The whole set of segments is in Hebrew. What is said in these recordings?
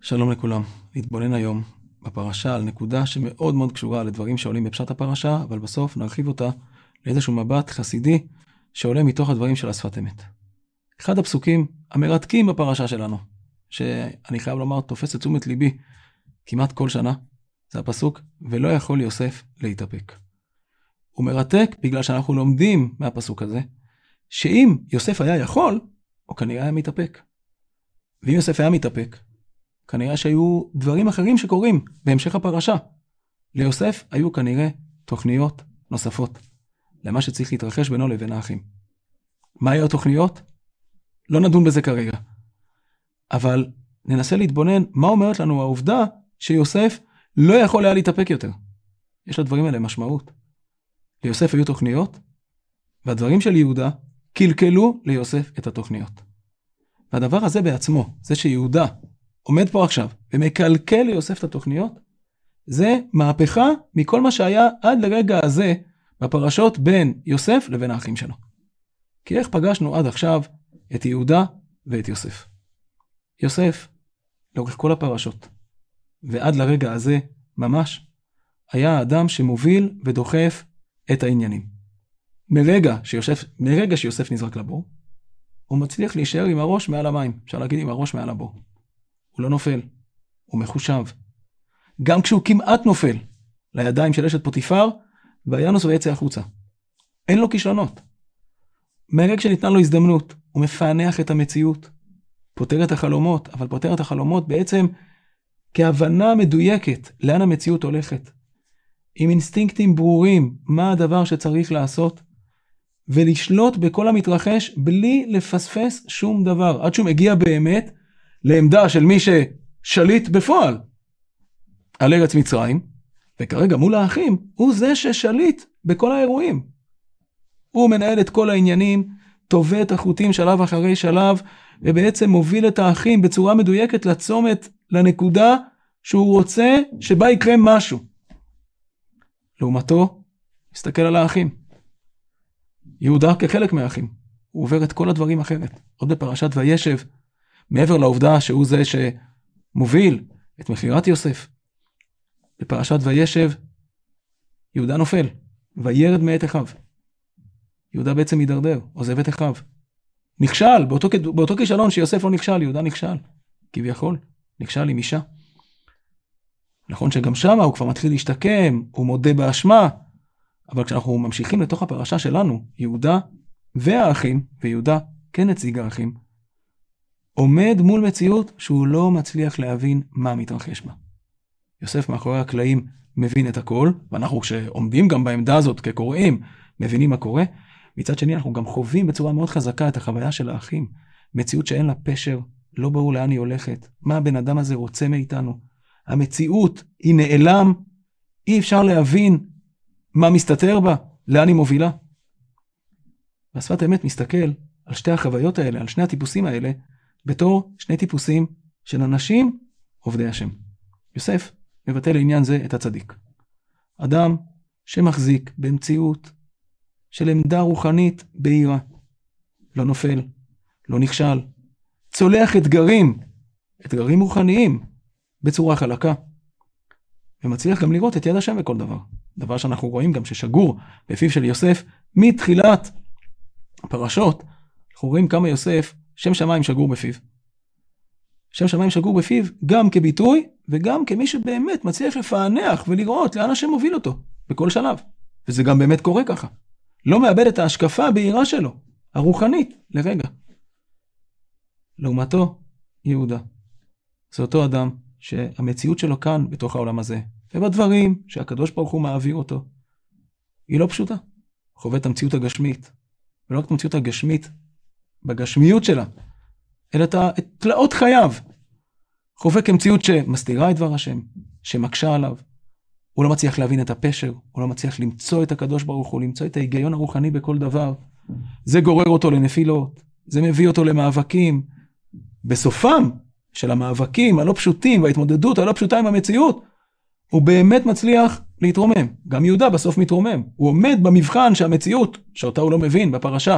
שלום לכולם. נתבונן היום בפרשה על נקודה שמאוד מאוד קשורה לדברים שעולים בפשט הפרשה, אבל בסוף נרחיב אותה לאיזשהו מבט חסידי שעולה מתוך הדברים של השפת אמת. אחד הפסוקים המרתקים בפרשה שלנו, שאני חייב לומר תופס את תשומת ליבי כמעט כל שנה, זה הפסוק ולא יכול יוסף להתאפק. הוא מרתק בגלל שאנחנו לומדים מהפסוק הזה, שאם יוסף היה יכול, הוא כנראה היה מתאפק. ואם יוסף היה מתאפק, כנראה שהיו דברים אחרים שקורים בהמשך הפרשה. ליוסף היו כנראה תוכניות נוספות למה שצריך להתרחש בינו לבין האחים. מה היו התוכניות? לא נדון בזה כרגע. אבל ננסה להתבונן מה אומרת לנו העובדה שיוסף לא יכול היה להתאפק יותר. יש לדברים האלה משמעות. ליוסף היו תוכניות, והדברים של יהודה קלקלו ליוסף את התוכניות. והדבר הזה בעצמו, זה שיהודה עומד פה עכשיו ומקלקל ליוסף את התוכניות, זה מהפכה מכל מה שהיה עד לרגע הזה בפרשות בין יוסף לבין האחים שלו. כי איך פגשנו עד עכשיו את יהודה ואת יוסף? יוסף, לאורך כל הפרשות, ועד לרגע הזה ממש, היה האדם שמוביל ודוחף את העניינים. מרגע שיוסף נזרק לבור, הוא מצליח להישאר עם הראש מעל המים, אפשר להגיד עם הראש מעל הבור. הוא לא נופל, הוא מחושב. גם כשהוא כמעט נופל לידיים של אשת פוטיפר, וינוס ויצא החוצה. אין לו כישלונות. מרגע שניתנה לו הזדמנות, הוא מפענח את המציאות, פותר את החלומות, אבל פותר את החלומות בעצם כהבנה מדויקת לאן המציאות הולכת. עם אינסטינקטים ברורים, מה הדבר שצריך לעשות, ולשלוט בכל המתרחש בלי לפספס שום דבר, עד שהוא מגיע באמת לעמדה של מי ששליט בפועל על ארץ מצרים, וכרגע מול האחים הוא זה ששליט בכל האירועים. הוא מנהל את כל העניינים, תובע את החוטים שלב אחרי שלב, ובעצם מוביל את האחים בצורה מדויקת לצומת, לנקודה שהוא רוצה שבה יקרה משהו. לעומתו, מסתכל על האחים. יהודה כחלק מהאחים, הוא עובר את כל הדברים אחרת. עוד בפרשת וישב, מעבר לעובדה שהוא זה שמוביל את מכירת יוסף, בפרשת וישב, יהודה נופל, וירד מאת אחיו. יהודה בעצם מדרדר, עוזב את אחיו. נכשל, באותו כישלון שיוסף לא נכשל, יהודה נכשל. כביכול, נכשל עם אישה. נכון שגם שם הוא כבר מתחיל להשתקם, הוא מודה באשמה, אבל כשאנחנו ממשיכים לתוך הפרשה שלנו, יהודה והאחים, ויהודה כנציג האחים, עומד מול מציאות שהוא לא מצליח להבין מה מתרחש בה. יוסף מאחורי הקלעים מבין את הכל, ואנחנו כשעומדים גם בעמדה הזאת כקוראים, מבינים מה קורה. מצד שני אנחנו גם חווים בצורה מאוד חזקה את החוויה של האחים, מציאות שאין לה פשר, לא ברור לאן היא הולכת, מה הבן אדם הזה רוצה מאיתנו. המציאות היא נעלם, אי אפשר להבין מה מסתתר בה, לאן היא מובילה. והשפת אמת מסתכל על שתי החוויות האלה, על שני הטיפוסים האלה, בתור שני טיפוסים של אנשים עובדי השם. יוסף מבטא לעניין זה את הצדיק. אדם שמחזיק במציאות של עמדה רוחנית בהירה. לא נופל, לא נכשל, צולח אתגרים רוחניים בצורה חלקה. ומצליח גם לראות את יד השם בכל דבר. דבר שאנחנו רואים גם ששגור בפיו של יוסף מתחילת הפרשות. אנחנו רואים כמה יוסף שם שמיים שגור בפיו. שם שמיים שגור בפיו גם כביטוי וגם כמי שבאמת מצליח לפענח ולראות לאן השם מוביל אותו בכל שלב. וזה גם באמת קורה ככה. לא מאבד את ההשקפה הבהירה שלו, הרוחנית, לרגע. לעומתו, יהודה. זה אותו אדם שהמציאות שלו כאן בתוך העולם הזה, ובדברים שהקדוש ברוך הוא מעביר אותו, היא לא פשוטה. חווה את המציאות הגשמית, ולא רק את המציאות הגשמית בגשמיות שלה, אלא את תלאות חייו. חווה כמציאות שמסתירה את דבר השם, שמקשה עליו. הוא לא מצליח להבין את הפשר, הוא לא מצליח למצוא את הקדוש ברוך הוא, למצוא את ההיגיון הרוחני בכל דבר. זה גורר אותו לנפילות, זה מביא אותו למאבקים. בסופם של המאבקים הלא פשוטים וההתמודדות הלא פשוטה עם המציאות, הוא באמת מצליח להתרומם. גם יהודה בסוף מתרומם. הוא עומד במבחן שהמציאות, שאותה הוא לא מבין בפרשה,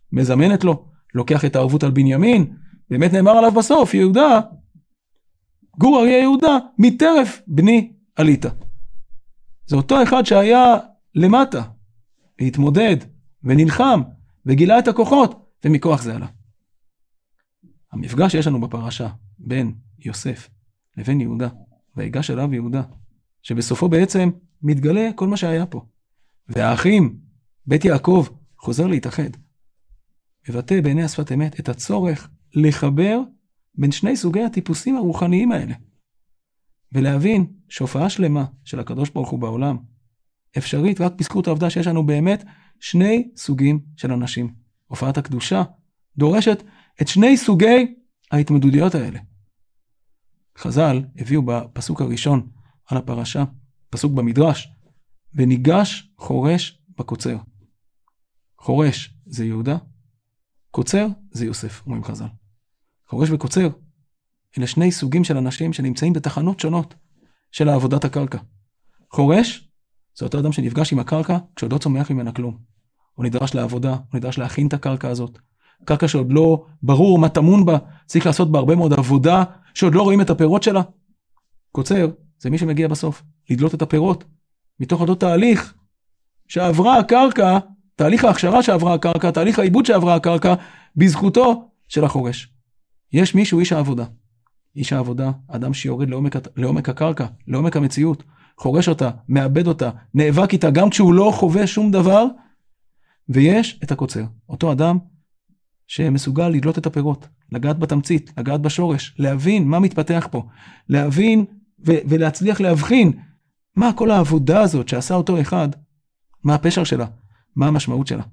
מזמנת לו, לוקח את הערבות על בנימין, באמת נאמר עליו בסוף, יהודה גור אריה יהודה, מטרף בני עלית. זה אותו אחד שהיה למטה, והתמודד, ונלחם, וגילה את הכוחות, ומכוח זה עלה. המפגש שיש לנו בפרשה, בין יוסף לבין יהודה, והיגש אליו יהודה, שבסופו בעצם מתגלה כל מה שהיה פה. והאחים, בית יעקב, חוזר להתאחד. מבטא בעיני השפת אמת את הצורך לחבר בין שני סוגי הטיפוסים הרוחניים האלה. ולהבין שהופעה שלמה של הקדוש ברוך הוא בעולם, אפשרית רק בזכות העובדה שיש לנו באמת שני סוגים של אנשים. הופעת הקדושה דורשת את שני סוגי ההתמודדויות האלה. חז"ל הביאו בפסוק הראשון על הפרשה, פסוק במדרש, וניגש חורש בקוצר. חורש זה יהודה, קוצר זה יוסף, אומרים חז"ל. חורש וקוצר, אלה שני סוגים של אנשים שנמצאים בתחנות שונות של עבודת הקרקע. חורש זה אותו אדם שנפגש עם הקרקע כשעוד לא צומח ממנה כלום. הוא נדרש לעבודה, הוא נדרש להכין את הקרקע הזאת. קרקע שעוד לא ברור מה טמון בה, צריך לעשות בה הרבה מאוד עבודה שעוד לא רואים את הפירות שלה. קוצר זה מי שמגיע בסוף, לדלות את הפירות, מתוך אותו תהליך שעברה הקרקע, תהליך ההכשרה שעברה הקרקע, תהליך העיבוד שעברה הקרקע, בזכותו של החורש. יש מישהו איש העבודה. איש העבודה, אדם שיורד לעומק הקרקע, לעומק המציאות, חורש אותה, מאבד אותה, נאבק איתה גם כשהוא לא חווה שום דבר, ויש את הקוצר. אותו אדם שמסוגל לדלות את הפירות, לגעת בתמצית, לגעת בשורש, להבין מה מתפתח פה, להבין ולהצליח להבחין מה כל העבודה הזאת שעשה אותו אחד, מה הפשר שלה, מה המשמעות שלה.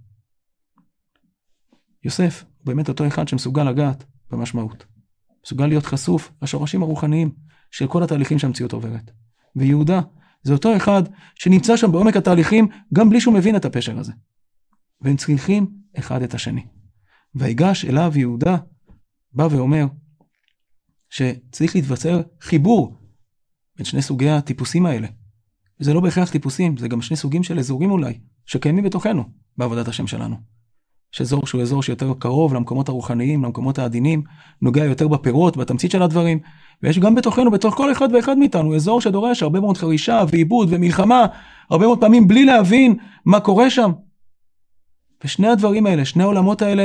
יוסף הוא באמת אותו אחד שמסוגל לגעת במשמעות. מסוגל להיות חשוף לשורשים הרוחניים של כל התהליכים שהמציאות עוברת. ויהודה זה אותו אחד שנמצא שם בעומק התהליכים גם בלי שהוא מבין את הפשר הזה. והם צריכים אחד את השני. והיגש אליו יהודה בא ואומר שצריך להתבצר חיבור בין שני סוגי הטיפוסים האלה. וזה לא בהכרח טיפוסים, זה גם שני סוגים של אזורים אולי, שקיימים בתוכנו בעבודת השם שלנו. יש אזור שהוא אזור שיותר קרוב למקומות הרוחניים, למקומות העדינים, נוגע יותר בפירות, בתמצית של הדברים, ויש גם בתוכנו, בתוך כל אחד ואחד מאיתנו, אזור שדורש הרבה מאוד חרישה ועיבוד ומלחמה, הרבה מאוד פעמים בלי להבין מה קורה שם. ושני הדברים האלה, שני העולמות האלה,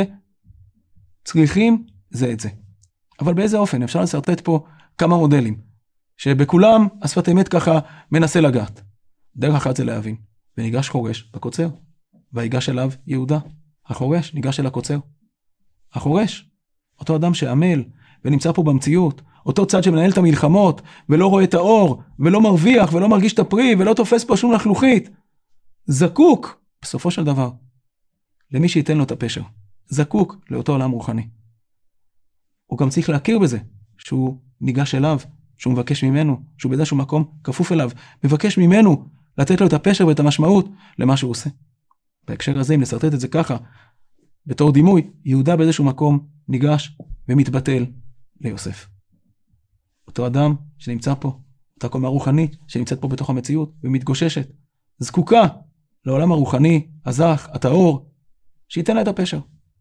צריכים זה את זה. אבל באיזה אופן? אפשר לסרטט פה כמה מודלים, שבכולם השפת אמת ככה מנסה לגעת. דרך אחת זה להבין, וניגש חורש בקוצר, והיגש אליו יהודה. החורש ניגש אל הקוצר. החורש, אותו אדם שעמל ונמצא פה במציאות, אותו צד שמנהל את המלחמות, ולא רואה את האור, ולא מרוויח, ולא מרגיש את הפרי, ולא תופס פה שום לחלוכית, זקוק, בסופו של דבר, למי שייתן לו את הפשר. זקוק לאותו עולם רוחני. הוא גם צריך להכיר בזה, שהוא ניגש אליו, שהוא מבקש ממנו, שהוא באיזשהו מקום כפוף אליו, מבקש ממנו לתת לו את הפשר ואת המשמעות למה שהוא עושה. בהקשר הזה, אם לסרטט את זה ככה, בתור דימוי, יהודה באיזשהו מקום ניגש ומתבטל ליוסף. אותו אדם שנמצא פה, אותה קומה רוחנית שנמצאת פה בתוך המציאות ומתגוששת, זקוקה לעולם הרוחני, הזך, הטהור, שייתן לה את הפשר.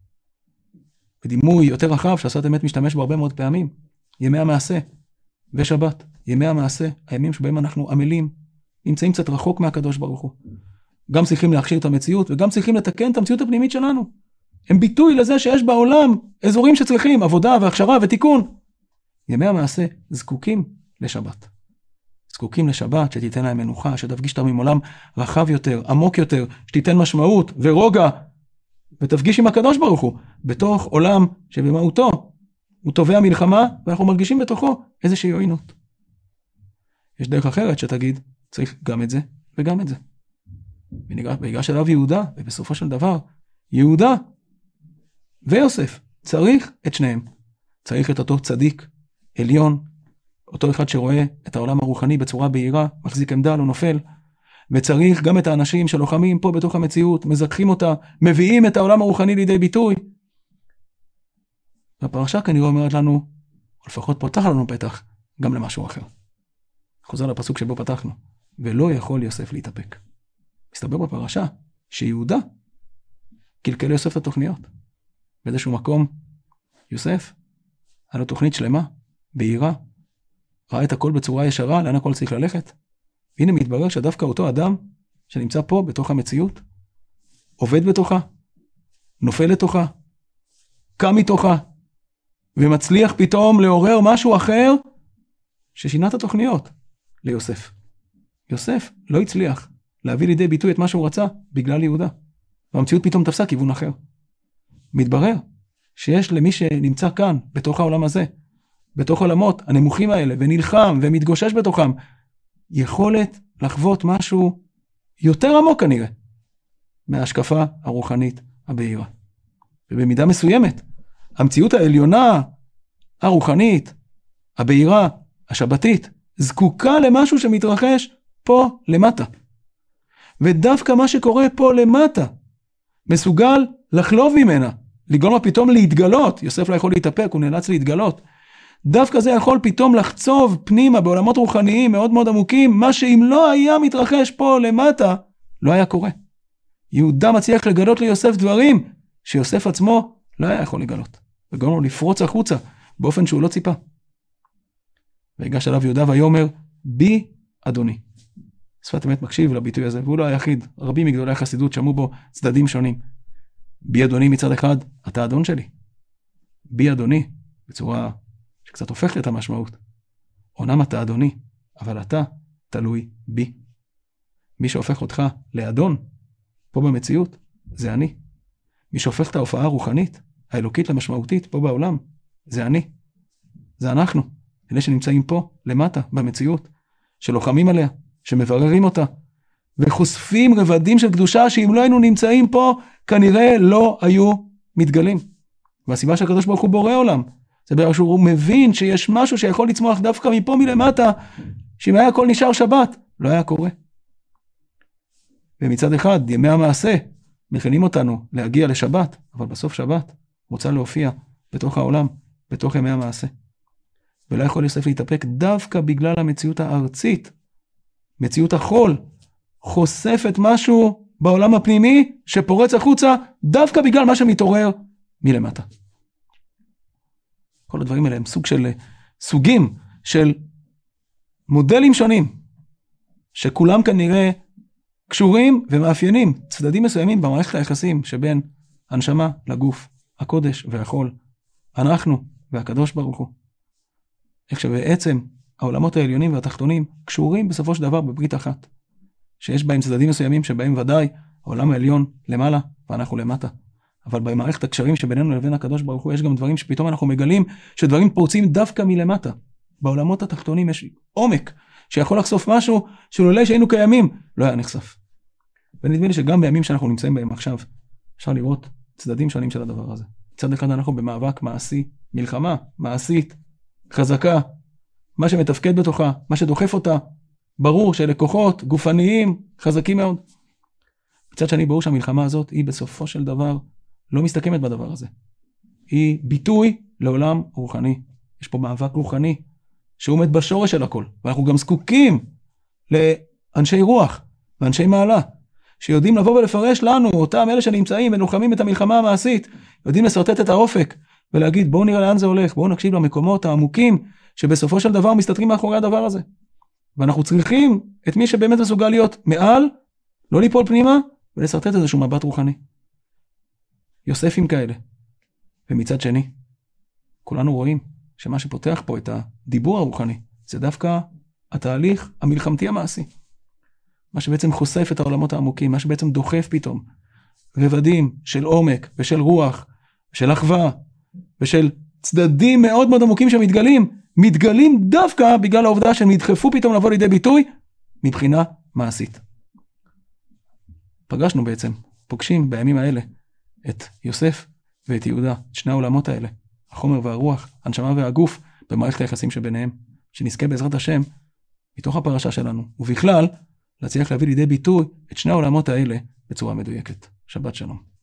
בדימוי יותר רחב שהשפת אמת משתמש בו הרבה מאוד פעמים, ימי המעשה ושבת. ימי המעשה, הימים שבהם אנחנו עמלים, נמצאים קצת רחוק מהקדוש ברוך הוא. גם צריכים להכשיר את המציאות, וגם צריכים לתקן את המציאות הפנימית שלנו. הם ביטוי לזה שיש בעולם אזורים שצריכים עבודה והכשרה ותיקון. ימי המעשה זקוקים לשבת. זקוקים לשבת שתיתן להם מנוחה, שתפגיש אותם עם עולם רחב יותר, עמוק יותר, שתיתן משמעות ורוגע, ותפגיש עם הקדוש ברוך הוא, בתוך עולם שבמהותו הוא תובע מלחמה, ואנחנו מרגישים בתוכו איזושהי עוינות. יש דרך אחרת שתגיד, צריך גם את זה וגם את זה. ויגש אליו יהודה, ובסופו של דבר, יהודה ויוסף, צריך את שניהם. צריך את אותו צדיק, עליון, אותו אחד שרואה את העולם הרוחני בצורה בהירה, מחזיק עמדה, לא נופל, וצריך גם את האנשים שלוחמים פה בתוך המציאות, מזכחים אותה, מביאים את העולם הרוחני לידי ביטוי. והפרשה כנראה אומרת לנו, או לפחות פותח לנו פתח, גם למשהו אחר. חוזר לפסוק שבו פתחנו, ולא יכול יוסף להתאפק. מסתבר בפרשה שיהודה קלקל ליוסף את התוכניות. באיזשהו מקום, יוסף, היה לו תוכנית שלמה, בהירה, ראה את הכל בצורה ישרה, לאן הכל צריך ללכת. והנה מתברר שדווקא אותו אדם שנמצא פה בתוך המציאות, עובד בתוכה, נופל לתוכה, קם מתוכה, ומצליח פתאום לעורר משהו אחר, ששינה את התוכניות ליוסף. יוסף לא הצליח להביא לידי ביטוי את מה שהוא רצה בגלל יהודה. והמציאות פתאום תפסה כיוון אחר. מתברר שיש למי שנמצא כאן, בתוך העולם הזה, בתוך עולמות הנמוכים האלה, ונלחם ומתגושש בתוכם, יכולת לחוות משהו יותר עמוק כנראה, מההשקפה הרוחנית הבהירה. ובמידה מסוימת, המציאות העליונה, הרוחנית, הבהירה, השבתית, זקוקה למשהו שמתרחש פה למטה. ודווקא מה שקורה פה למטה, מסוגל לחלוב ממנה, לגרום פתאום להתגלות. יוסף לא יכול להתאפק, הוא נאלץ להתגלות. דווקא זה יכול פתאום לחצוב פנימה בעולמות רוחניים מאוד מאוד עמוקים, מה שאם לא היה מתרחש פה למטה, לא היה קורה. יהודה מצליח לגלות ליוסף דברים שיוסף עצמו לא היה יכול לגלות. וגרם לו לפרוץ החוצה באופן שהוא לא ציפה. והגש עליו יהודה ויאמר, בי אדוני. שפת אמת מקשיב לביטוי הזה, והוא לא היחיד. רבים מגדולי החסידות שמעו בו צדדים שונים. בי אדוני מצד אחד, אתה אדון שלי. בי אדוני, בצורה שקצת הופכת את המשמעות. אומנם אתה אדוני, אבל אתה תלוי בי. מי שהופך אותך לאדון, פה במציאות, זה אני. מי שהופך את ההופעה הרוחנית, האלוקית למשמעותית, פה בעולם, זה אני. זה אנחנו. אלה שנמצאים פה, למטה, במציאות, שלוחמים עליה, שמבררים אותה, וחושפים רבדים של קדושה, שאם לא היינו נמצאים פה, כנראה לא היו מתגלים. והסיבה שהקדוש ברוך הוא בורא עולם, זה בגלל שהוא מבין שיש משהו שיכול לצמוח דווקא מפה מלמטה, שאם היה הכל נשאר שבת, לא היה קורה. ומצד אחד, ימי המעשה, מכינים אותנו להגיע לשבת, אבל בסוף שבת, רוצה להופיע בתוך העולם, בתוך ימי המעשה. ולא יכול יוסף להתאפק דווקא בגלל המציאות הארצית, מציאות החול, חושפת משהו בעולם הפנימי שפורץ החוצה, דווקא בגלל מה שמתעורר מלמטה. כל הדברים האלה הם סוגים של מודלים שונים, שכולם כנראה קשורים ומאפיינים צדדים מסוימים במערכת היחסים שבין הנשמה לגוף, הקודש והחול, אנחנו והקדוש ברוך הוא. איך שבעצם העולמות העליונים והתחתונים קשורים בסופו של דבר בברית אחת, שיש בהם צדדים מסוימים שבהם ודאי העולם העליון למעלה ואנחנו למטה. אבל במערכת הקשרים שבינינו לבין הקדוש ברוך הוא יש גם דברים שפתאום אנחנו מגלים שדברים פורצים דווקא מלמטה. בעולמות התחתונים יש עומק שיכול לחשוף משהו שלולא שהיינו קיימים לא היה נחשף. ונדמה לי שגם בימים שאנחנו נמצאים בהם עכשיו אפשר לראות צדדים שונים של הדבר הזה. מצד אחד אנחנו במאבק מעשי, מלחמה מעשית, חזקה, מה שמתפקד בתוכה, מה שדוחף אותה, ברור שאלה כוחות גופניים חזקים מאוד. מצד שני ברור שהמלחמה הזאת היא בסופו של דבר לא מסתכמת בדבר הזה. היא ביטוי לעולם רוחני. יש פה מאבק רוחני שהוא עומד בשורש של הכל. ואנחנו גם זקוקים לאנשי רוח ואנשי מעלה, שיודעים לבוא ולפרש לנו, אותם אלה שנמצאים ונלחמים את המלחמה המעשית, יודעים לסרטט את האופק ולהגיד בואו נראה לאן זה הולך, בואו נקשיב למקומות העמוקים שבסופו של דבר מסתתרים מאחורי הדבר הזה. ואנחנו צריכים את מי שבאמת מסוגל להיות מעל, לא ליפול פנימה ולסרטט איזשהו מבט רוחני. יוספים כאלה. ומצד שני, כולנו רואים שמה שפותח פה את הדיבור הרוחני, זה דווקא התהליך המלחמתי המעשי. מה שבעצם חושף את העולמות העמוקים, מה שבעצם דוחף פתאום רבדים של עומק ושל רוח, ושל אחווה, ושל צדדים מאוד מאוד עמוקים מתגלים דווקא בגלל העובדה שהם נדחפו פתאום לבוא לידי ביטוי מבחינה מעשית. פוגשים בימים האלה את יוסף ואת יהודה, את שני העולמות האלה, החומר והרוח, הנשמה והגוף, במערכת היחסים שביניהם, שנזכה בעזרת השם, מתוך הפרשה שלנו, ובכלל, להצליח להביא לידי ביטוי את שני העולמות האלה בצורה מדויקת. שבת שלום.